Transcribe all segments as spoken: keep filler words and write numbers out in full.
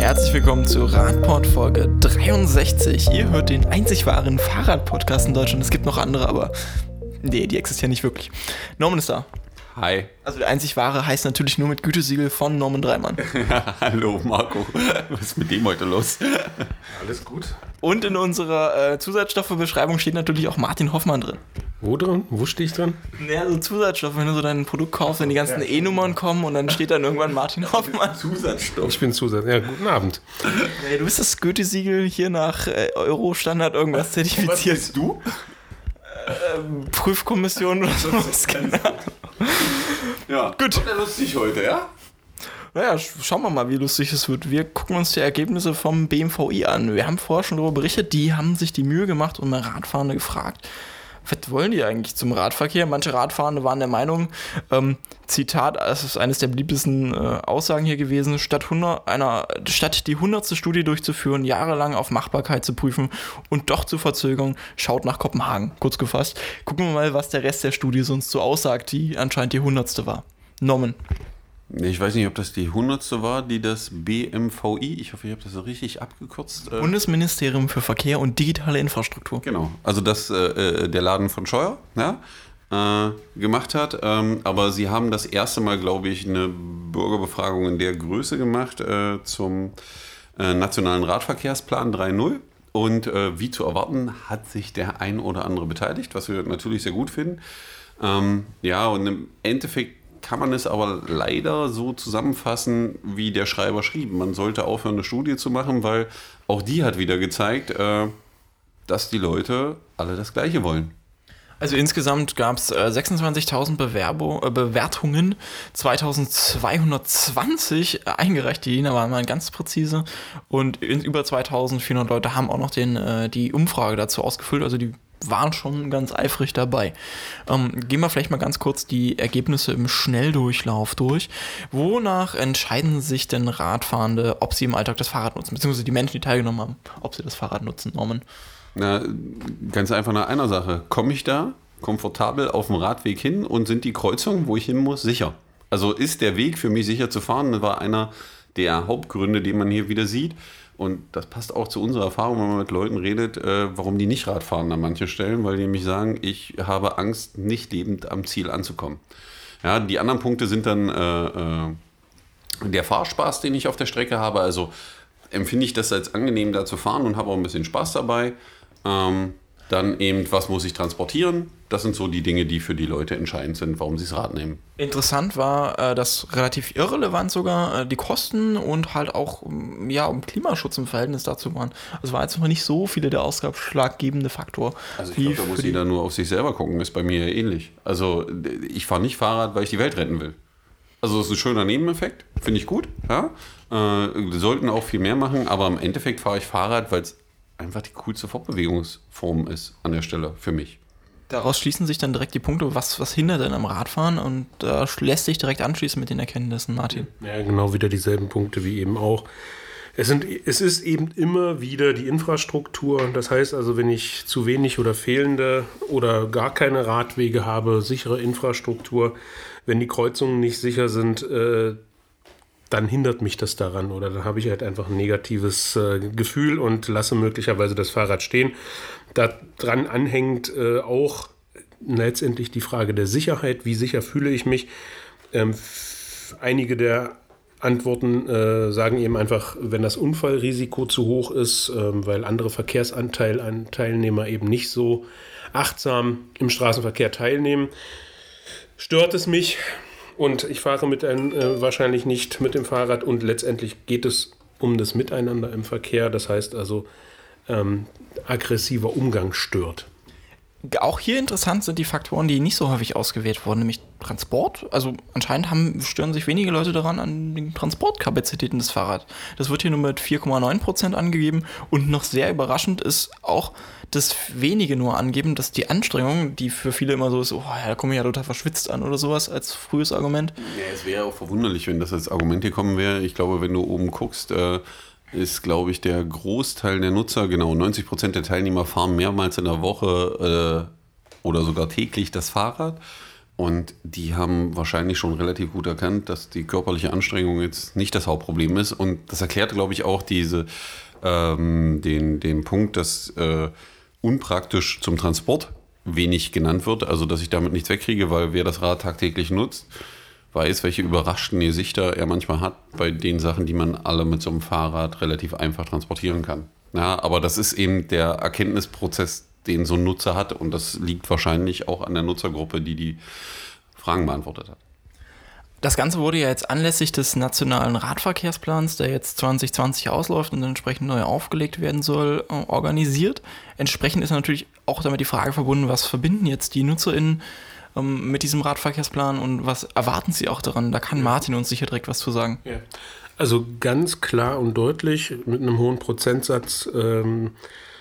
Herzlich willkommen zu Radport Folge dreiundsechzig. Ihr hört den einzig wahren Fahrrad-Podcast in Deutschland. Es gibt noch andere, aber nee, die existieren nicht wirklich. Norman ist da. Hi. Also der einzig wahre heißt natürlich nur mit Gütesiegel von Norman Dreimann. Hallo Marco, was ist mit dem heute los? Alles gut. Und in unserer äh, Zusatzstoffbeschreibung steht natürlich auch Martin Hoffmann drin. Wo drin? Wo stehe ich drin? Naja, so Zusatzstoffe, wenn du so dein Produkt kaufst, wenn die ganzen ja. E-Nummern kommen und dann steht dann irgendwann Martin Hoffmann. Zusatzstoff. Ich bin Zusatz. Ja, guten Abend. Ja, du bist das Gütesiegel hier nach äh, Euro-Standard irgendwas zertifiziert. Was bist du? Ähm, Prüfkommission oder sowas, keine Ahnung. Ja, gut. Wird ja lustig heute, ja? Naja, schauen wir mal, wie lustig es wird. Wir gucken uns die Ergebnisse vom B M V I an. Wir haben vorher schon darüber berichtet, die haben sich die Mühe gemacht und mal Radfahrende gefragt, was wollen die eigentlich zum Radverkehr? Manche Radfahrende waren der Meinung, ähm, Zitat, das ist eines der beliebtesten äh, Aussagen hier gewesen, statt, hundert, einer, statt die hundertste Studie durchzuführen, jahrelang auf Machbarkeit zu prüfen und doch zu verzögern, schaut nach Kopenhagen, kurz gefasst. Gucken wir mal, was der Rest der Studie sonst so aussagt, die anscheinend die hundertste war. Norman. Ich weiß nicht, ob das die hundertste war, die das B M V I, ich hoffe, ich habe das so richtig abgekürzt. Äh Bundesministerium für Verkehr und digitale Infrastruktur. Genau, also das äh, der Laden von Scheuer, ja, äh, gemacht hat. Ähm, aber sie haben das erste Mal, glaube ich, eine Bürgerbefragung in der Größe gemacht äh, zum äh, Nationalen Radverkehrsplan drei Punkt null. Und äh, wie zu erwarten, hat sich der ein oder andere beteiligt, was wir natürlich sehr gut finden. Ähm, ja, und im Endeffekt kann man es aber leider so zusammenfassen, wie der Schreiber schrieb. Man sollte aufhören, eine Studie zu machen, weil auch die hat wieder gezeigt, äh, dass die Leute alle das Gleiche wollen. Also insgesamt gab es äh, sechsundzwanzigtausend Bewerbo, äh, Bewertungen, zweitausendzweihundertzwanzig eingereicht, die waren mal ganz präzise, und in, über zweitausendvierhundert Leute haben auch noch den, äh, die Umfrage dazu ausgefüllt, also die waren schon ganz eifrig dabei. Ähm, gehen wir vielleicht mal ganz kurz die Ergebnisse im Schnelldurchlauf durch. Wonach entscheiden sich denn Radfahrende, ob sie im Alltag das Fahrrad nutzen, beziehungsweise die Menschen, die teilgenommen haben, ob sie das Fahrrad nutzen, Norman? Na, ganz einfach nach einer Sache. Komme ich da komfortabel auf dem Radweg hin und sind die Kreuzungen, wo ich hin muss, sicher? Also ist der Weg für mich sicher zu fahren? Das war einer der Hauptgründe, den man hier wieder sieht. Und das passt auch zu unserer Erfahrung, wenn man mit Leuten redet, äh, warum die nicht Rad fahren an manchen Stellen, weil die nämlich sagen, ich habe Angst, nicht lebend am Ziel anzukommen. Ja, die anderen Punkte sind dann äh, äh, der Fahrspaß, den ich auf der Strecke habe. Also empfinde ich das als angenehm, da zu fahren und habe auch ein bisschen Spaß dabei. Ähm, dann eben, was muss ich transportieren? Das sind so die Dinge, die für die Leute entscheidend sind, warum sie das Rad nehmen. Interessant war, äh, dass relativ irrelevant sogar äh, die Kosten und halt auch ja, um Klimaschutz im Verhältnis dazu waren. Also war jetzt noch nicht so viele der ausschlaggebende Faktor. Also ich glaube, da muss jeder nur auf sich selber gucken, ist bei mir ja ähnlich. Also ich fahre nicht Fahrrad, weil ich die Welt retten will. Also das ist ein schöner Nebeneffekt, finde ich gut. Ja? Äh, wir sollten auch viel mehr machen, aber im Endeffekt fahre ich Fahrrad, weil es einfach die coolste Fortbewegungsform ist an der Stelle für mich. Daraus schließen sich dann direkt die Punkte, was, was hindert denn am Radfahren, und da äh, lässt sich direkt anschließen mit den Erkenntnissen, Martin. Ja, genau, wieder dieselben Punkte wie eben auch. Es, sind, es ist eben immer wieder die Infrastruktur, das heißt also, wenn ich zu wenig oder fehlende oder gar keine Radwege habe, sichere Infrastruktur, wenn die Kreuzungen nicht sicher sind, äh, dann hindert mich das daran oder dann habe ich halt einfach ein negatives äh, Gefühl und lasse möglicherweise das Fahrrad stehen. Daran anhängt äh, auch letztendlich die Frage der Sicherheit. Wie sicher fühle ich mich? Ähm, f- einige der Antworten äh, sagen eben einfach, wenn das Unfallrisiko zu hoch ist, äh, weil andere Verkehrsteilnehmer eben nicht so achtsam im Straßenverkehr teilnehmen, stört es mich. Und ich fahre mit einem, äh, wahrscheinlich nicht mit dem Fahrrad, und letztendlich geht es um das Miteinander im Verkehr. Das heißt also, ähm, aggressiver Umgang stört. Auch hier interessant sind die Faktoren, die nicht so häufig ausgewählt wurden, nämlich Transport. Also anscheinend haben, stören sich wenige Leute daran an den Transportkapazitäten des Fahrrads. Das wird hier nur mit vier Komma neun Prozent angegeben, und noch sehr überraschend ist auch, dass wenige nur angeben, dass die Anstrengung, die für viele immer so ist, oh ja, da komme ich ja total verschwitzt an oder sowas als frühes Argument. Ja, es wäre auch verwunderlich, wenn das als Argument gekommen wäre. Ich glaube, wenn du oben guckst, äh, ist, glaube ich, der Großteil der Nutzer, genau, neunzig Prozent der Teilnehmer fahren mehrmals in der Woche äh, oder sogar täglich das Fahrrad. Und die haben wahrscheinlich schon relativ gut erkannt, dass die körperliche Anstrengung jetzt nicht das Hauptproblem ist. Und das erklärt, glaube ich, auch diese, ähm, den, den Punkt, dass äh, unpraktisch zum Transport wenig genannt wird. Also, dass ich damit nichts wegkriege, weil wer das Rad tagtäglich nutzt, weiß, welche überraschten Gesichter er manchmal hat bei den Sachen, die man alle mit so einem Fahrrad relativ einfach transportieren kann. Ja, aber das ist eben der Erkenntnisprozess, den so ein Nutzer hat. Und das liegt wahrscheinlich auch an der Nutzergruppe, die die Fragen beantwortet hat. Das Ganze wurde ja jetzt anlässlich des nationalen Radverkehrsplans, der jetzt zwanzig zwanzig ausläuft und entsprechend neu aufgelegt werden soll, organisiert. Entsprechend ist natürlich auch damit die Frage verbunden, was verbinden jetzt die NutzerInnen ähm, mit diesem Radverkehrsplan und was erwarten sie auch daran? Da kann Martin uns sicher direkt was zu sagen. Ja. Also ganz klar und deutlich mit einem hohen Prozentsatz ähm,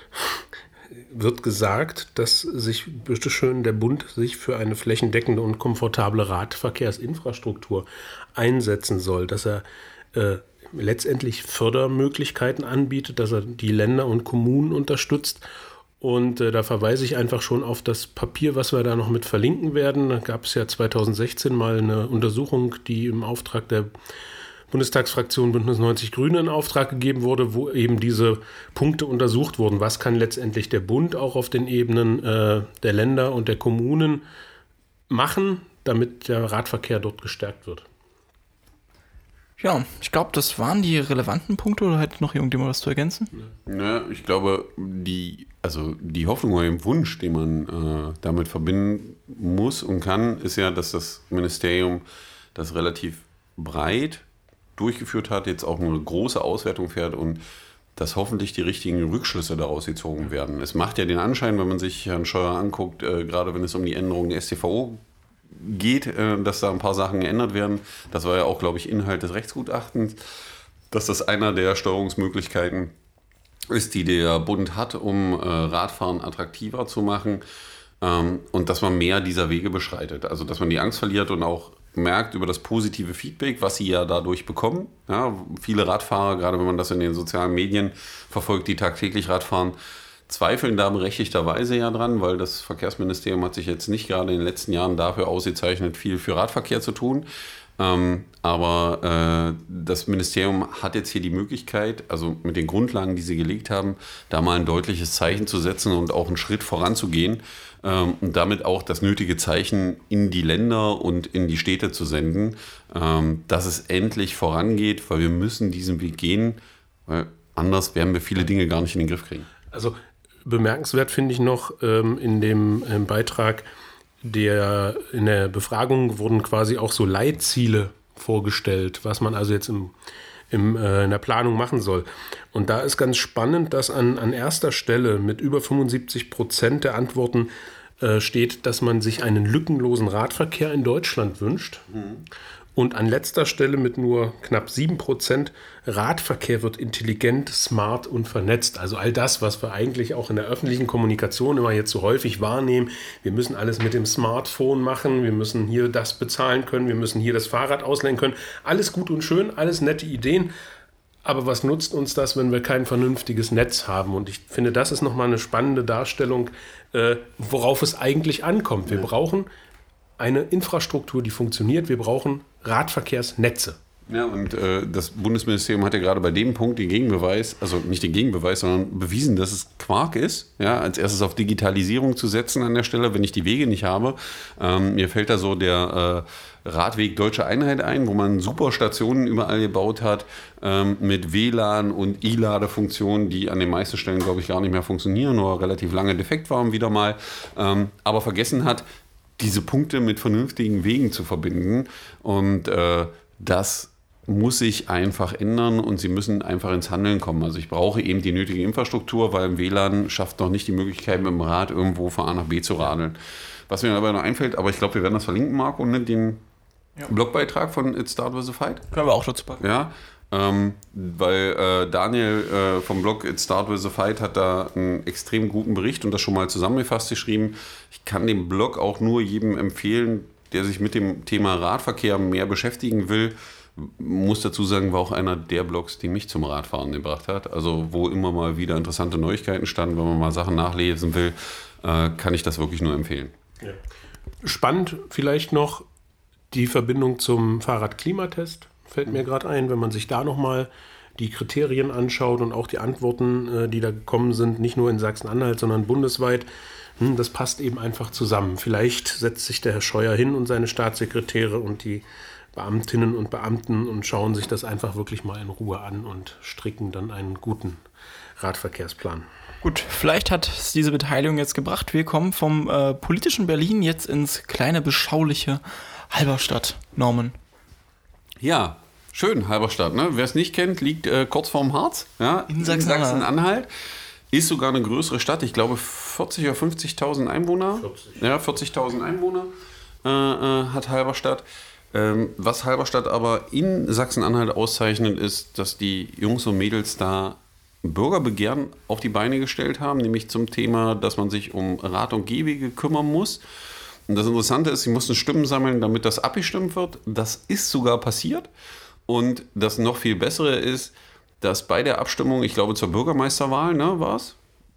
wird gesagt, dass sich bitteschön der Bund sich für eine flächendeckende und komfortable Radverkehrsinfrastruktur einsetzen soll, dass er äh, letztendlich Fördermöglichkeiten anbietet, dass er die Länder und Kommunen unterstützt. Und äh, da verweise ich einfach schon auf das Papier, was wir da noch mit verlinken werden. Da gab es ja zwanzig sechzehn mal eine Untersuchung, die im Auftrag der Bundestagsfraktion Bündnis neunzig Grüne in Auftrag gegeben wurde, wo eben diese Punkte untersucht wurden. Was kann letztendlich der Bund auch auf den Ebenen äh, der Länder und der Kommunen machen, damit der Radverkehr dort gestärkt wird? Ja, ich glaube, das waren die relevanten Punkte, oder hätte noch irgendjemand was zu ergänzen? Ja, ich glaube, die, also die Hoffnung oder den Wunsch, den man äh, damit verbinden muss und kann, ist ja, dass das Ministerium das relativ breit durchgeführt hat, jetzt auch eine große Auswertung fährt und dass hoffentlich die richtigen Rückschlüsse daraus gezogen werden. Es macht ja den Anschein, wenn man sich Herrn Scheuer anguckt, äh, gerade wenn es um die Änderung der S T V O geht, äh, dass da ein paar Sachen geändert werden. Das war ja auch, glaube ich, Inhalt des Rechtsgutachtens, dass das einer der Steuerungsmöglichkeiten ist, die der Bund hat, um äh, Radfahren attraktiver zu machen, ähm, und dass man mehr dieser Wege beschreitet. Also, dass man die Angst verliert und auch merkt über das positive Feedback, was sie ja dadurch bekommen. Ja, viele Radfahrer, gerade wenn man das in den sozialen Medien verfolgt, die tagtäglich Radfahren, zweifeln da berechtigterweise ja dran, weil das Verkehrsministerium hat sich jetzt nicht gerade in den letzten Jahren dafür ausgezeichnet, viel für Radverkehr zu tun. Ähm, aber äh, das Ministerium hat jetzt hier die Möglichkeit, also mit den Grundlagen, die sie gelegt haben, da mal ein deutliches Zeichen zu setzen und auch einen Schritt voranzugehen ähm, und damit auch das nötige Zeichen in die Länder und in die Städte zu senden, ähm, dass es endlich vorangeht, weil wir müssen diesen Weg gehen, weil anders werden wir viele Dinge gar nicht in den Griff kriegen. Also bemerkenswert finde ich noch ähm, in dem ähm, Beitrag, der in der Befragung wurden quasi auch so Leitziele vorgestellt, was man also jetzt im, im, äh, in der Planung machen soll. Und da ist ganz spannend, dass an, an erster Stelle mit über fünfundsiebzig Prozent der Antworten äh, steht, dass man sich einen lückenlosen Radverkehr in Deutschland wünscht. Mhm. Und an letzter Stelle mit nur knapp sieben Prozent Radverkehr wird intelligent, smart und vernetzt. Also all das, was wir eigentlich auch in der öffentlichen Kommunikation immer jetzt so häufig wahrnehmen. Wir müssen alles mit dem Smartphone machen, wir müssen hier das bezahlen können, wir müssen hier das Fahrrad ausleihen können. Alles gut und schön, alles nette Ideen. Aber was nutzt uns das, wenn wir kein vernünftiges Netz haben? Und ich finde, das ist nochmal eine spannende Darstellung, äh, worauf es eigentlich ankommt. Wir brauchen eine Infrastruktur, die funktioniert. Wir brauchen Radverkehrsnetze. Ja, und äh, das Bundesministerium hat ja gerade bei dem Punkt den Gegenbeweis, also nicht den Gegenbeweis, sondern bewiesen, dass es Quark ist, ja, als erstes auf Digitalisierung zu setzen an der Stelle, wenn ich die Wege nicht habe. Ähm, mir fällt da so der äh, Radweg Deutsche Einheit ein, wo man super Stationen überall gebaut hat, ähm, mit W L A N und E-Ladefunktionen, die an den meisten Stellen, glaube ich, gar nicht mehr funktionieren oder relativ lange defekt waren wieder mal, ähm, aber vergessen hat, diese Punkte mit vernünftigen Wegen zu verbinden. Und äh, das muss sich einfach ändern und sie müssen einfach ins Handeln kommen. Also ich brauche eben die nötige Infrastruktur, weil im W L A N schafft noch nicht die Möglichkeit, mit dem Rad irgendwo von A nach B zu radeln. Was mir dabei noch einfällt, aber ich glaube, wir werden das verlinken, Marco, ne, den ja. Blogbeitrag von It Start With A Fight. Können wir auch dazu packen. Ja, ähm, weil äh, Daniel äh, vom Blog It Start With A Fight hat da einen extrem guten Bericht und das schon mal zusammengefasst geschrieben. Ich kann den Blog auch nur jedem empfehlen, der sich mit dem Thema Radverkehr mehr beschäftigen will. Muss dazu sagen, war auch einer der Blogs, die mich zum Radfahren gebracht hat. Also wo immer mal wieder interessante Neuigkeiten standen, wenn man mal Sachen nachlesen will, äh, kann ich das wirklich nur empfehlen. Ja. Spannend vielleicht noch die Verbindung zum Fahrradklimatest, fällt mir gerade ein, wenn man sich da nochmal die Kriterien anschaut und auch die Antworten, die da gekommen sind, nicht nur in Sachsen-Anhalt, sondern bundesweit. Das passt eben einfach zusammen. Vielleicht setzt sich der Herr Scheuer hin und seine Staatssekretäre und die Beamtinnen und Beamten und schauen sich das einfach wirklich mal in Ruhe an und stricken dann einen guten Radverkehrsplan. Gut, vielleicht hat es diese Beteiligung jetzt gebracht. Wir kommen vom äh, politischen Berlin jetzt ins kleine, beschauliche Halberstadt. Norman. Ja, schön, Halberstadt. Ne? Wer es nicht kennt, liegt äh, kurz vorm Harz, ja, in Sachsen-Anhalt. Sachsen-Anhalt. Ist sogar eine größere Stadt. Ich glaube, vierzig oder fünfzigtausend Einwohner. vierzig. Ja, vierzigtausend Einwohner äh, äh, hat Halberstadt. Ähm, was Halberstadt aber in Sachsen-Anhalt auszeichnet, ist, dass die Jungs und Mädels da Bürgerbegehren auf die Beine gestellt haben, nämlich zum Thema, dass man sich um Rad- und Gehwege kümmern muss. Und das Interessante ist, sie mussten Stimmen sammeln, damit das abgestimmt wird. Das ist sogar passiert. Und das noch viel Bessere ist, dass bei der Abstimmung, ich glaube zur Bürgermeisterwahl, ne, war es,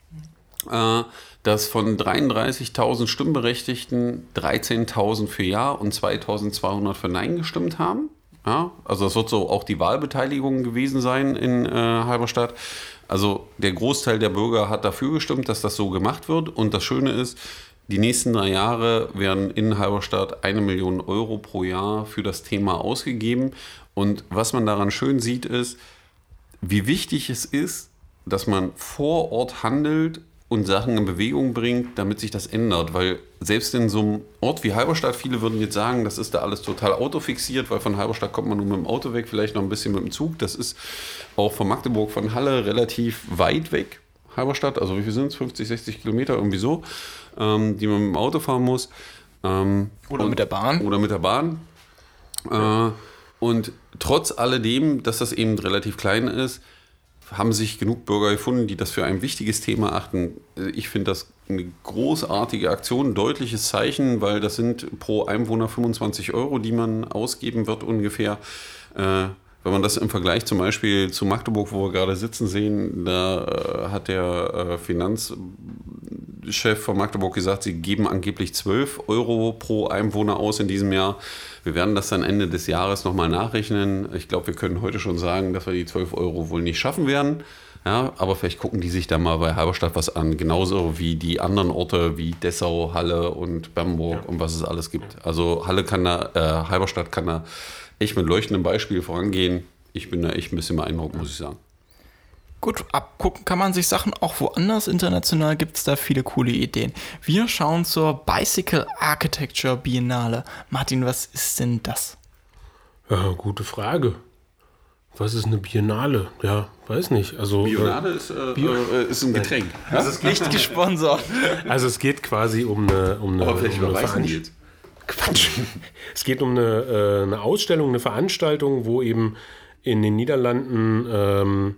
äh, dass von dreiunddreißigtausend Stimmberechtigten dreizehntausend für Ja und zweitausendzweihundert für Nein gestimmt haben. Ja, also das wird so auch die Wahlbeteiligung gewesen sein in äh, Halberstadt. Also der Großteil der Bürger hat dafür gestimmt, dass das so gemacht wird. Und das Schöne ist, die nächsten drei Jahre werden in Halberstadt eine Million Euro pro Jahr für das Thema ausgegeben. Und was man daran schön sieht, ist, wie wichtig es ist, dass man vor Ort handelt und Sachen in Bewegung bringt, damit sich das ändert. Weil selbst in so einem Ort wie Halberstadt, viele würden jetzt sagen, das ist da alles total autofixiert, weil von Halberstadt kommt man nur mit dem Auto weg, vielleicht noch ein bisschen mit dem Zug. Das ist auch von Magdeburg, von Halle relativ weit weg, Halberstadt. Also wie viel sind es? fünfzig, sechzig Kilometer, irgendwie so, ähm, die man mit dem Auto fahren muss. Ähm, Oder und, mit der Bahn. Oder mit der Bahn. Äh, und trotz alledem, dass das eben relativ klein ist, haben sich genug Bürger gefunden, die das für ein wichtiges Thema achten. Ich finde das eine großartige Aktion, ein deutliches Zeichen, weil das sind pro Einwohner fünfundzwanzig Euro, die man ausgeben wird ungefähr. Äh, wenn man das im Vergleich zum Beispiel zu Magdeburg, wo wir gerade sitzen, sehen, da äh, hat der äh, Finanzchef von Magdeburg gesagt, sie geben angeblich zwölf Euro pro Einwohner aus in diesem Jahr. Wir werden das dann Ende des Jahres nochmal nachrechnen. Ich glaube, wir können heute schon sagen, dass wir die zwölf Euro wohl nicht schaffen werden. Ja, aber vielleicht gucken die sich da mal bei Halberstadt was an. Genauso wie die anderen Orte wie Dessau, Halle und Bamberg ja. und was es alles gibt. Also Halle kann da, äh, Halberstadt kann da echt mit leuchtendem Beispiel vorangehen. Ich bin da echt ein bisschen beeindruckt, muss ich sagen. Gut, abgucken kann man sich Sachen auch woanders. International gibt es da viele coole Ideen. Wir schauen zur Bicycle Architecture Biennale. Martin, was ist denn das? Ja, gute Frage. Was ist eine Biennale? Ja, weiß nicht. Also, Biennale ist, äh, Bio- äh, ist ein Getränk. Ja? Das ist nicht gesponsert. Also es geht quasi um eine, um eine, Aber vielleicht um eine Veranstaltung. Quatsch. Es geht um eine, äh, eine Ausstellung, eine Veranstaltung, wo eben in den Niederlanden ähm,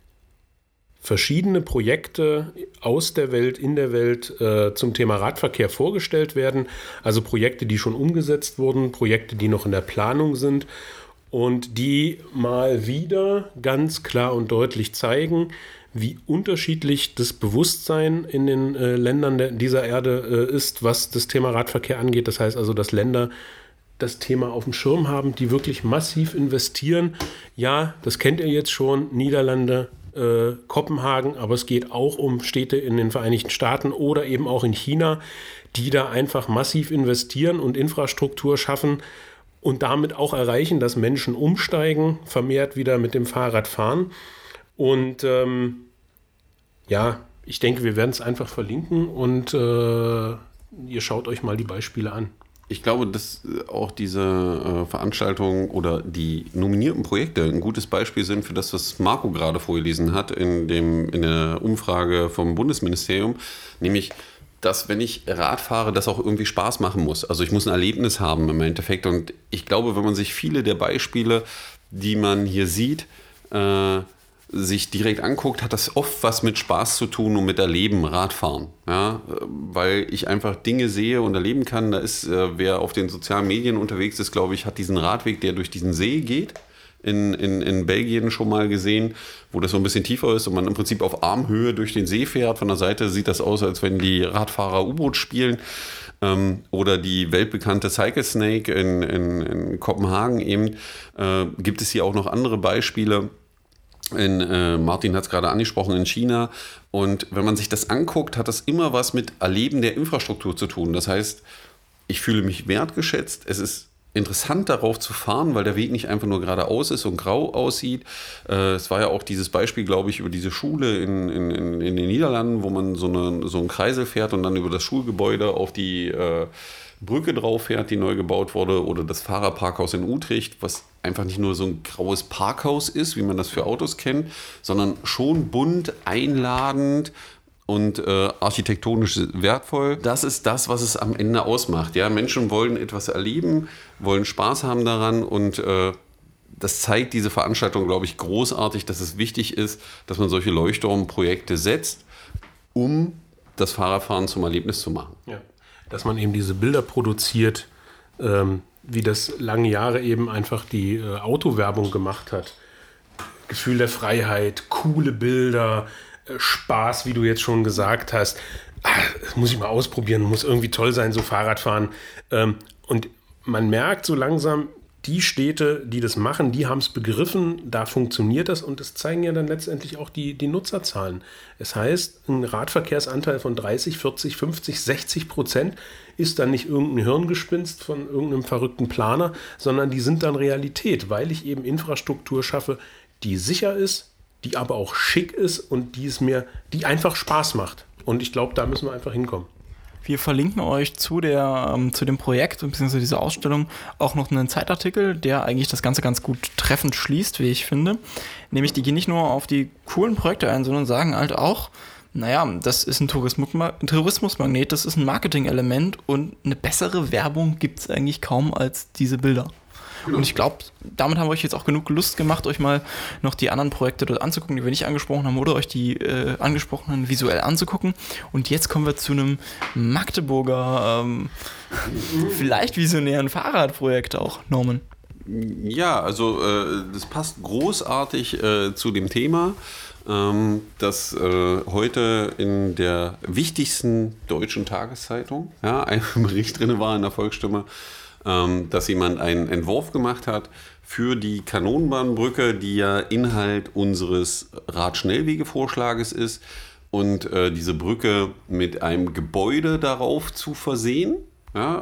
verschiedene Projekte aus der Welt, in der Welt äh, zum Thema Radverkehr vorgestellt werden. Also Projekte, die schon umgesetzt wurden, Projekte, die noch in der Planung sind und die mal wieder ganz klar und deutlich zeigen, wie unterschiedlich das Bewusstsein in den äh, Ländern der, dieser Erde äh, ist, was das Thema Radverkehr angeht. Das heißt also, dass Länder das Thema auf dem Schirm haben, die wirklich massiv investieren. Ja, das kennt ihr jetzt schon, Niederlande, äh, Kopenhagen, aber es geht auch um Städte in den Vereinigten Staaten oder eben auch in China, die da einfach massiv investieren und Infrastruktur schaffen und damit auch erreichen, dass Menschen umsteigen, vermehrt wieder mit dem Fahrrad fahren. Und ähm, ja, ich denke, wir werden es einfach verlinken und äh, ihr schaut euch mal die Beispiele an. Ich glaube, dass auch diese äh, Veranstaltungen oder die nominierten Projekte ein gutes Beispiel sind für das, was Marco gerade vorgelesen hat in, dem, in der Umfrage vom Bundesministerium, nämlich, dass wenn ich Rad fahre, das auch irgendwie Spaß machen muss. Also ich muss ein Erlebnis haben im Endeffekt und ich glaube, wenn man sich viele der Beispiele, die man hier sieht, äh, sich direkt anguckt, hat das oft was mit Spaß zu tun und mit Erleben, Radfahren. Ja? Weil ich einfach Dinge sehe und erleben kann. Da ist, äh, wer auf den sozialen Medien unterwegs ist, glaube ich, hat diesen Radweg, der durch diesen See geht, in, in, in Belgien schon mal gesehen, wo das so ein bisschen tiefer ist und man im Prinzip auf Armhöhe durch den See fährt. Von der Seite sieht das aus, als wenn die Radfahrer U-Boot spielen. Ähm, oder die weltbekannte Cycle Snake in, in, in Kopenhagen eben. Äh, gibt es hier auch noch andere Beispiele. In, äh, Martin hat es gerade angesprochen, in China. Und wenn man sich das anguckt, hat das immer was mit Erleben der Infrastruktur zu tun. Das heißt, ich fühle mich wertgeschätzt. Es ist interessant, darauf zu fahren, weil der Weg nicht einfach nur geradeaus ist und grau aussieht. Äh, es war ja auch dieses Beispiel, glaube ich, über diese Schule in, in, in, in den Niederlanden, wo man so, eine, so einen Kreisel fährt und dann über das Schulgebäude auf die äh, Brücke drauf fährt, die neu gebaut wurde, oder das Fahrerparkhaus in Utrecht, was einfach nicht nur so ein graues Parkhaus ist, wie man das für Autos kennt, sondern schon bunt, einladend und äh, architektonisch wertvoll. Das ist das, was es am Ende ausmacht. Ja? Menschen wollen etwas erleben, wollen Spaß haben daran, und äh, das zeigt diese Veranstaltung, glaube ich, großartig, dass es wichtig ist, dass man solche Leuchtturmprojekte setzt, um das Fahrradfahren zum Erlebnis zu machen. Ja. Dass man eben diese Bilder produziert, ähm, wie das lange Jahre eben einfach die äh, Autowerbung gemacht hat. Gefühl der Freiheit, coole Bilder, äh, Spaß, wie du jetzt schon gesagt hast. Ah, das muss ich mal ausprobieren, muss irgendwie toll sein, so Fahrradfahren. Ähm, und man merkt so langsam, die Städte, die das machen, die haben es begriffen, da funktioniert das, und das zeigen ja dann letztendlich auch die, die Nutzerzahlen. Es heißt, ein Radverkehrsanteil von dreißig, vierzig, fünfzig, sechzig Prozent ist dann nicht irgendein Hirngespinst von irgendeinem verrückten Planer, sondern die sind dann Realität, weil ich eben Infrastruktur schaffe, die sicher ist, die aber auch schick ist und die es mir, die einfach Spaß macht. Und ich glaube, da müssen wir einfach hinkommen. Wir verlinken euch zu, der, ähm, zu dem Projekt bzw. dieser Ausstellung auch noch einen Zeitartikel, der eigentlich das Ganze ganz gut treffend schließt, wie ich finde. Nämlich, die gehen nicht nur auf die coolen Projekte ein, sondern sagen halt auch, naja, das ist ein Tourismusmagnet, das ist ein Marketing-Element, und eine bessere Werbung gibt es eigentlich kaum als diese Bilder. Und ich glaube, damit haben wir euch jetzt auch genug Lust gemacht, euch mal noch die anderen Projekte dort anzugucken, die wir nicht angesprochen haben, oder euch die äh, angesprochenen visuell anzugucken. Und jetzt kommen wir zu einem Magdeburger, ähm, vielleicht visionären Fahrradprojekt auch, Norman. Ja, also äh, das passt großartig äh, zu dem Thema, ähm, das äh, heute in der wichtigsten deutschen Tageszeitung, ja, ein Bericht drin war in der Volksstimme, dass jemand einen Entwurf gemacht hat für die Kanonenbahnbrücke, die ja Inhalt unseres Radschnellwegevorschlages ist, und äh, diese Brücke mit einem Gebäude darauf zu versehen, ja,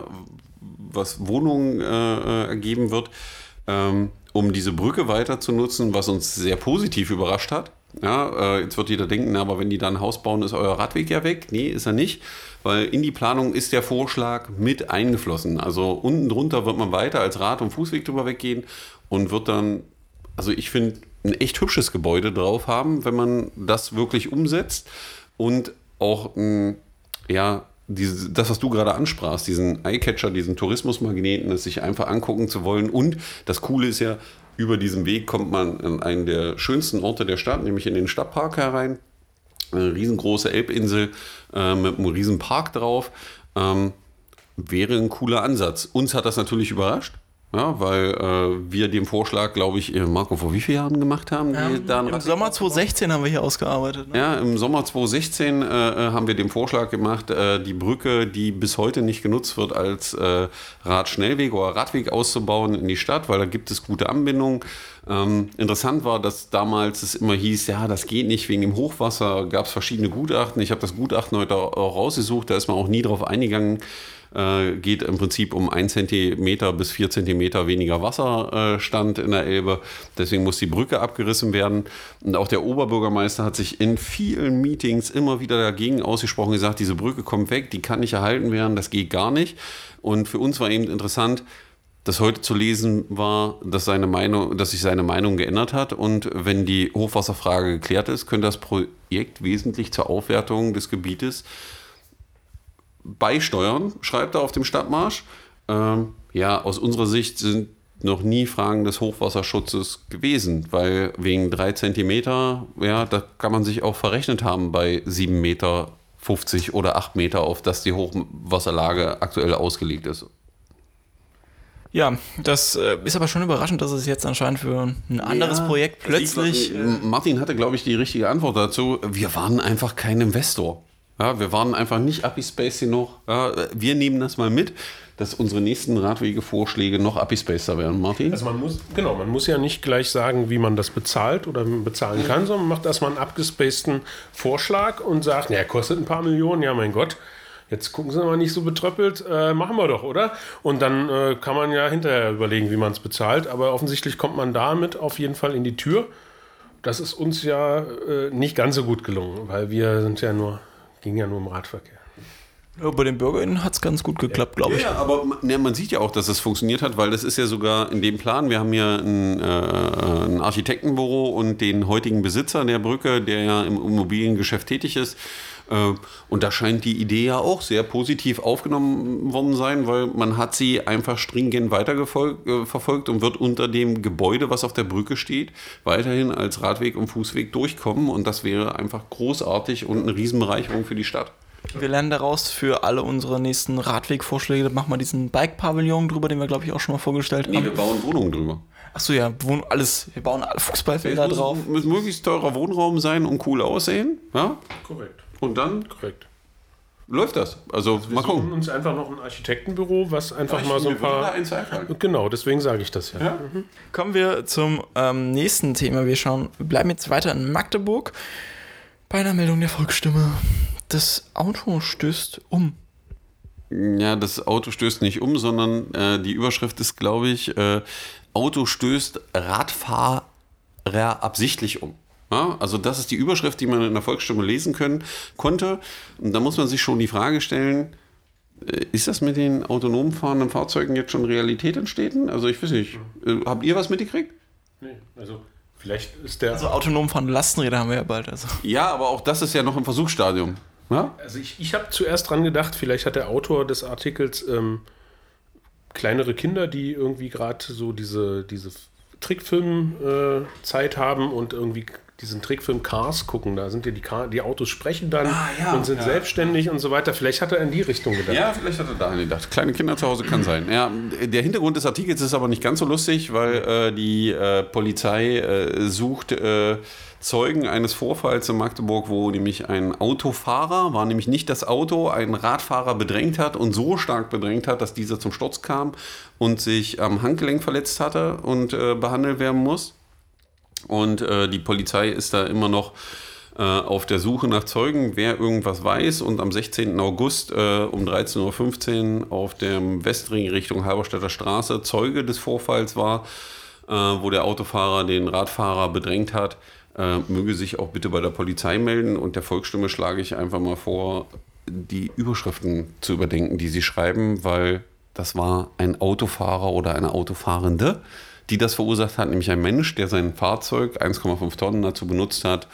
was Wohnungen äh, ergeben wird, ähm, um diese Brücke weiter zu nutzen, was uns sehr positiv überrascht hat. Ja, äh, jetzt wird jeder denken, na, aber wenn die dann ein Haus bauen, ist euer Radweg ja weg. Nee, ist er nicht, weil in die Planung ist der Vorschlag mit eingeflossen. Also unten drunter wird man weiter als Rad- und Fußweg drüber weggehen und wird dann, also ich finde, ein echt hübsches Gebäude drauf haben, wenn man das wirklich umsetzt, und auch ein, ja, diese, das, was du gerade ansprachst, diesen Eyecatcher, diesen Tourismusmagneten, es sich einfach angucken zu wollen. Und das Coole ist ja, über diesen Weg kommt man an einen der schönsten Orte der Stadt, nämlich in den Stadtpark herein. Eine riesengroße Elbinsel äh, mit einem riesen Park drauf. Ähm, wäre ein cooler Ansatz. Uns hat das natürlich überrascht, ja, weil äh, wir den Vorschlag, glaube ich, Marco, vor wie vielen Jahren gemacht haben? Ähm, da Im Sommer zwanzig sechzehn haben wir hier ausgearbeitet. Ne? Ja, im Sommer zwanzig sechzehn äh, haben wir den Vorschlag gemacht, äh, die Brücke, die bis heute nicht genutzt wird, als äh, Radschnellweg oder Radweg auszubauen in die Stadt, weil da gibt es gute Anbindungen. Ähm, interessant war, dass damals es immer hieß, ja, das geht nicht wegen dem Hochwasser, gab es verschiedene Gutachten. Ich habe das Gutachten heute auch rausgesucht, da ist man auch nie drauf eingegangen. Äh, geht im Prinzip um ein Zentimeter bis vier Zentimeter weniger Wasserstand äh, in der Elbe. Deswegen muss die Brücke abgerissen werden. Und auch der Oberbürgermeister hat sich in vielen Meetings immer wieder dagegen ausgesprochen, gesagt, diese Brücke kommt weg, die kann nicht erhalten werden, das geht gar nicht. Und für uns war eben interessant, dass heute zu lesen war, dass, seine Meinung, dass sich seine Meinung geändert hat, und wenn die Hochwasserfrage geklärt ist, könnte das Projekt wesentlich zur Aufwertung des Gebietes beisteuern, schreibt er auf dem Stadtmarsch. Ähm, ja, aus unserer Sicht sind noch nie Fragen des Hochwasserschutzes gewesen, weil wegen drei Zentimeter, ja, da kann man sich auch verrechnet haben bei sieben Meter fünfzig oder acht Meter, auf das die Hochwasserlage aktuell ausgelegt ist. Ja, das äh, ist aber schon überraschend, dass es jetzt anscheinend für ein anderes ja, Projekt plötzlich... Liegt, äh, Martin hatte, glaube ich, die richtige Antwort dazu. Wir waren einfach kein Investor. Ja, wir waren einfach nicht Apispaced genug. Ja, wir nehmen das mal mit, dass unsere nächsten Radwegevorschläge noch Apispacer werden, Martin. Also man muss, genau, man muss ja nicht gleich sagen, wie man das bezahlt oder bezahlen kann, sondern man macht erstmal einen abgespaceden Vorschlag und sagt, ja, kostet ein paar Millionen, ja mein Gott, jetzt gucken Sie mal nicht so betröppelt, äh, machen wir doch, oder? Und dann äh, kann man ja hinterher überlegen, wie man es bezahlt, aber offensichtlich kommt man damit auf jeden Fall in die Tür. Das ist uns ja äh, nicht ganz so gut gelungen, weil wir sind ja nur, ging ja nur im Radverkehr. Ja, bei den BürgerInnen hat es ganz gut geklappt, glaube ich. Ja, aber ne, man sieht ja auch, dass es funktioniert hat, weil das ist ja sogar in dem Plan. Wir haben hier ein, äh, ein Architektenbüro und den heutigen Besitzer der Brücke, der ja im Immobiliengeschäft tätig ist. Äh, und da scheint die Idee ja auch sehr positiv aufgenommen worden sein, weil man hat sie einfach stringent weiterverfolgt äh, und wird unter dem Gebäude, was auf der Brücke steht, weiterhin als Radweg und Fußweg durchkommen. Und das wäre einfach großartig und eine Riesenbereicherung für die Stadt. Wir lernen daraus für alle unsere nächsten Radwegvorschläge, machen wir diesen Bike-Pavillon drüber, den wir, glaube ich, auch schon mal vorgestellt Nee, haben. wir bauen Wohnungen drüber. Achso, ja, Wohn alles. Wir bauen alle Fußballfelder Es drauf. muss, muss möglichst teurer Wohnraum sein und cool aussehen. Ja? Korrekt. Und dann Korrekt. läuft das. Also Wir mal suchen gucken. uns einfach noch ein Architektenbüro, was einfach Ja, mal so ein mir würde da paar... eins einfallen. Genau, deswegen sage ich das ja. Ja? Kommen wir zum ähm, nächsten Thema. Wir schauen, wir bleiben jetzt weiter in Magdeburg. Bei einer Meldung der Volksstimme. Das Auto stößt um. Ja, das Auto stößt nicht um, sondern äh, die Überschrift ist, glaube ich, äh, Auto stößt Radfahrer absichtlich um. Ja, also das ist die Überschrift, die man in der Volksstimme lesen können, konnte. Und da muss man sich schon die Frage stellen, äh, ist das mit den autonom fahrenden Fahrzeugen jetzt schon Realität in Städten? Also ich weiß nicht, äh, habt ihr was mitgekriegt? Nee, also vielleicht ist der... Also autonom fahrende Lastenräder haben wir ja bald. Also. Ja, aber auch das ist ja noch im Versuchsstadium. Ja? Also ich, ich habe zuerst dran gedacht, vielleicht hat der Autor des Artikels ähm, kleinere Kinder, die irgendwie gerade so diese, diese Trickfilm-Zeit äh, haben und irgendwie diesen Trickfilm Cars gucken. Da sind ja die, Car die Autos sprechen dann Ah, ja, und sind ja. selbstständig und so weiter. Vielleicht hat er in die Richtung gedacht. Ja, vielleicht hat er daran gedacht. Kleine Kinder zu Hause kann sein. Ja, der Hintergrund des Artikels ist aber nicht ganz so lustig, weil äh, die äh, Polizei äh, sucht äh, Zeugen eines Vorfalls in Magdeburg, wo nämlich ein Autofahrer, war nämlich nicht das Auto, einen Radfahrer bedrängt hat und so stark bedrängt hat, dass dieser zum Sturz kam und sich am Handgelenk verletzt hatte und äh, behandelt werden muss. Und äh, die Polizei ist da immer noch äh, auf der Suche nach Zeugen, wer irgendwas weiß. Und am sechzehnten August äh, um dreizehn Uhr fünfzehn auf dem Westring Richtung Halberstädter Straße Zeuge des Vorfalls war, äh, wo der Autofahrer den Radfahrer bedrängt hat. Äh, möge sich auch bitte bei der Polizei melden. Und der Volksstimme schlage ich einfach mal vor, die Überschriften zu überdenken, die sie schreiben, weil das war ein Autofahrer oder eine Autofahrende, die das verursacht hat, nämlich ein Mensch, der sein Fahrzeug, eins Komma fünf Tonnen, dazu benutzt hat,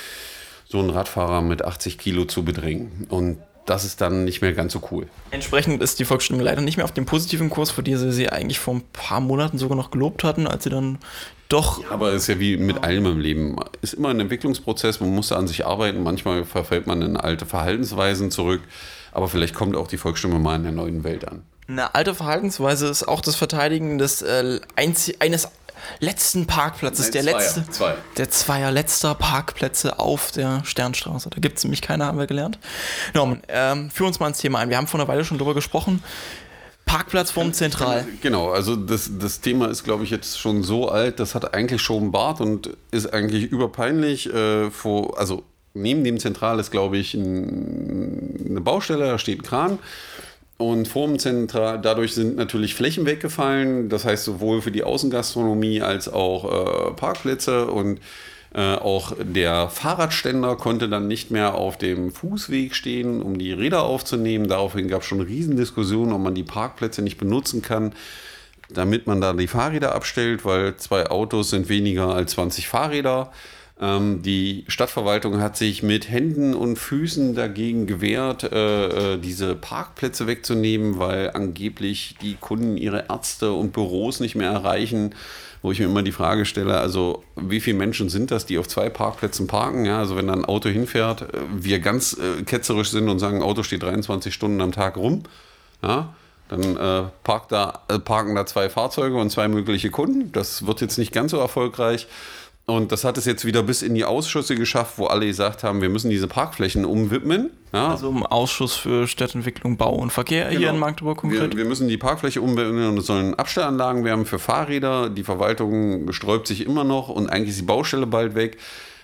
so einen Radfahrer mit achtzig Kilo zu bedrängen. Und das ist dann nicht mehr ganz so cool. Entsprechend ist die Volksstimme leider nicht mehr auf dem positiven Kurs, für die sie sie eigentlich vor ein paar Monaten sogar noch gelobt hatten, als sie dann doch... Ja, aber es ist ja wie mit allem im Leben. Es ist immer ein Entwicklungsprozess, man muss an sich arbeiten. Manchmal verfällt man in alte Verhaltensweisen zurück. Aber vielleicht kommt auch die Volksstimme mal in der neuen Welt an. Eine alte Verhaltensweise ist auch das Verteidigen des äh, eines letzten Parkplatzes, Nein, der Zweier. letzte, Zwei. der zweier letzter Parkplätze auf der Sternstraße. Da gibt es nämlich keine, haben wir gelernt. Norman, ähm, führ uns mal ins Thema ein. Wir haben vor einer Weile schon drüber gesprochen. Parkplatz vorm Zentral. Genau, also das, das Thema ist, glaube ich, jetzt schon so alt, das hat eigentlich schon einen Bart und ist eigentlich überpeinlich. Äh, vor, also neben dem Zentral ist, glaube ich, ein, eine Baustelle, da steht ein Kran. Und vor dem Zentral, dadurch sind natürlich Flächen weggefallen, das heißt sowohl für die Außengastronomie als auch äh, Parkplätze und äh, auch der Fahrradständer konnte dann nicht mehr auf dem Fußweg stehen, um die Räder aufzunehmen. Daraufhin gab es schon Riesendiskussionen, ob man die Parkplätze nicht benutzen kann, damit man da die Fahrräder abstellt, weil zwei Autos sind weniger als zwanzig Fahrräder. Ähm, die Stadtverwaltung hat sich mit Händen und Füßen dagegen gewehrt, äh, äh, diese Parkplätze wegzunehmen, weil angeblich die Kunden ihre Ärzte und Büros nicht mehr erreichen, wo ich mir immer die Frage stelle, also wie viele Menschen sind das, die auf zwei Parkplätzen parken? Ja, also wenn da ein Auto hinfährt, äh, wir ganz äh, ketzerisch sind und sagen, ein Auto steht dreiundzwanzig Stunden am Tag rum, ja, dann äh, parkt da, äh, parken da zwei Fahrzeuge und zwei mögliche Kunden. Das wird jetzt nicht ganz so erfolgreich. Und das hat es jetzt wieder bis in die Ausschüsse geschafft, wo alle gesagt haben, wir müssen diese Parkflächen umwidmen. Ja. Also im Ausschuss für Stadtentwicklung, Bau und Verkehr Genau. hier in Magdeburg konkret. Wir, wir müssen die Parkfläche umwidmen und es sollen Abstellanlagen werden für Fahrräder. Die Verwaltung sträubt sich immer noch und eigentlich ist die Baustelle bald weg.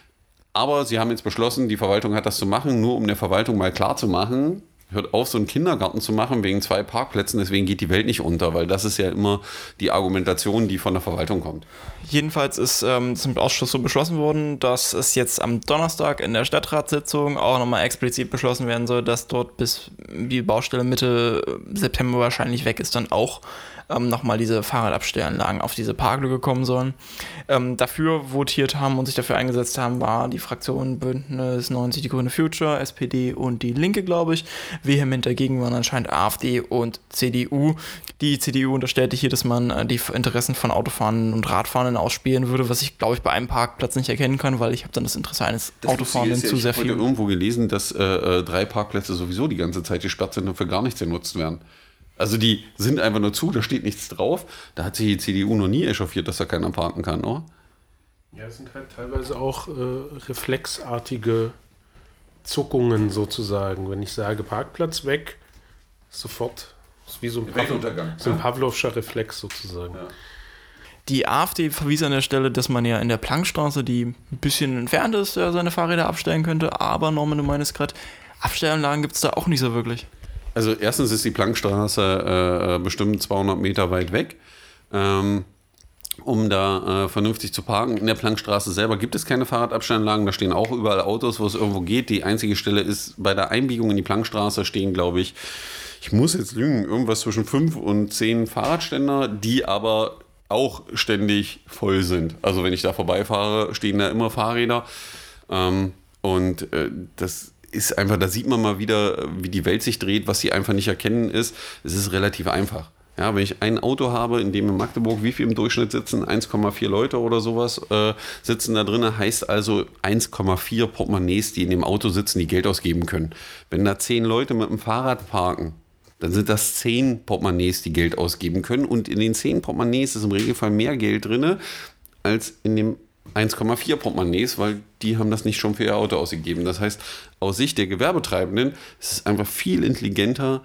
Aber sie haben jetzt beschlossen, die Verwaltung hat das zu machen, nur um der Verwaltung mal klar zu machen, hört auf, so einen Kindergarten zu machen wegen zwei Parkplätzen, deswegen geht die Welt nicht unter, weil das ist ja immer die Argumentation, die von der Verwaltung kommt. Jedenfalls ist ähm, im Ausschuss so beschlossen worden, dass es jetzt am Donnerstag in der Stadtratssitzung auch nochmal explizit beschlossen werden soll, dass dort bis die Baustelle Mitte September wahrscheinlich weg ist, dann auch ähm, nochmal diese Fahrradabstellanlagen auf diese Parklücke kommen sollen. Ähm, dafür votiert haben und sich dafür eingesetzt haben, war die Fraktion Bündnis neunzig, die Grüne Future, S P D und die Linke, glaube ich. Vehement dagegen waren anscheinend AfD und C D U. Die C D U unterstellte hier, dass man äh, die Interessen von Autofahrenden und Radfahrenden ausspielen würde, was ich, glaube ich, bei einem Parkplatz nicht erkennen kann, weil ich habe dann das Interesse eines Das Autofahrenden ja, zu sehr viel. viel. Ich habe irgendwo gelesen, dass äh, drei Parkplätze sowieso die ganze Zeit gesperrt sind und für gar nichts genutzt werden. Also die sind einfach nur zu, da steht nichts drauf. Da hat sich die C D U noch nie echauffiert, dass da keiner parken kann, oder? Ja, es sind halt teilweise auch äh, reflexartige Zuckungen sozusagen. Wenn ich sage Parkplatz weg, sofort ist wie so ein, Pavlov, so ein Pavlovscher Reflex sozusagen. Ja. Die AfD verwies an der Stelle, dass man ja in der Plankstraße, die ein bisschen entfernt ist, ja, seine Fahrräder abstellen könnte. Aber Norman, du meinst gerade, Abstellanlagen gibt es da auch nicht so wirklich. Also erstens ist die Plankstraße äh, bestimmt zweihundert Meter weit weg. Ähm, um da äh, vernünftig zu parken. In der Plankstraße selber gibt es keine Fahrradabstellanlagen, da stehen auch überall Autos, wo es irgendwo geht. Die einzige Stelle ist, bei der Einbiegung in die Plankstraße stehen, glaube ich, ich muss jetzt lügen, irgendwas zwischen fünf und zehn Fahrradständer, die aber auch ständig voll sind. Also wenn ich da vorbeifahre, stehen da immer Fahrräder. Ähm, und äh, das ist einfach, da sieht man mal wieder, wie die Welt sich dreht. Was sie einfach nicht erkennen ist, es ist relativ einfach. Ja, wenn ich ein Auto habe, in dem in Magdeburg, wie viel im Durchschnitt sitzen? eins Komma vier Leute oder sowas äh, sitzen da drin. Heißt also eins Komma vier Portemonnaies, die in dem Auto sitzen, die Geld ausgeben können. Wenn da zehn Leute mit dem Fahrrad parken, dann sind das zehn Portemonnaies, die Geld ausgeben können. Und in den zehn Portemonnaies ist im Regelfall mehr Geld drin, als in dem eins Komma vier Portemonnaies, weil die haben das nicht schon für ihr Auto ausgegeben. Das heißt, aus Sicht der Gewerbetreibenden ist es einfach viel intelligenter,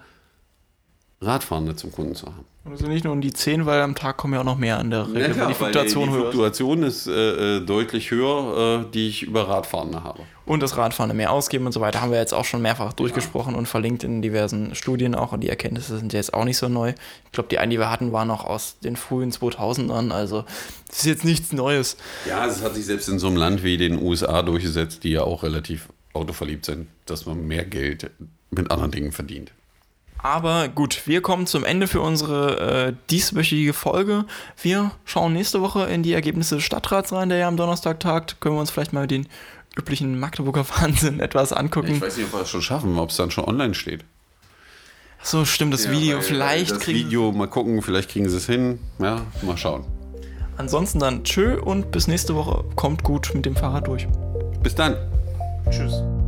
Radfahrende zum Kunden zu haben. Also nicht nur um die zehn, weil am Tag kommen ja auch noch mehr an der Regel, Ja, klar, weil die Fluktuation die höher ist. Fluktuation ist äh, deutlich höher, äh, die ich über Radfahrende habe. Und das Radfahrende mehr ausgeben und so weiter, haben wir jetzt auch schon mehrfach durchgesprochen und verlinkt in diversen Studien auch. Und die Erkenntnisse sind jetzt auch nicht so neu. Ich glaube, die einen, die wir hatten, waren noch aus den frühen zweitausendern. Also das ist jetzt nichts Neues. Ja, es hat sich selbst in so einem Land wie den U S A durchgesetzt, die ja auch relativ autoverliebt sind, dass man mehr Geld mit anderen Dingen verdient. Aber gut, wir kommen zum Ende für unsere äh, dieswöchige Folge. Wir schauen nächste Woche in die Ergebnisse des Stadtrats rein, der ja am Donnerstag tagt. Können wir uns vielleicht mal den üblichen Magdeburger Wahnsinn etwas angucken. Ich weiß nicht, ob wir das schon schaffen, ob es dann schon online steht. Ach so, stimmt, das Ja, Video. weil, vielleicht weil das kriegen Video, mal gucken, vielleicht kriegen sie es hin. Ja, mal schauen. Ansonsten dann tschö und bis nächste Woche. Kommt gut mit dem Fahrrad durch. Bis dann. Tschüss.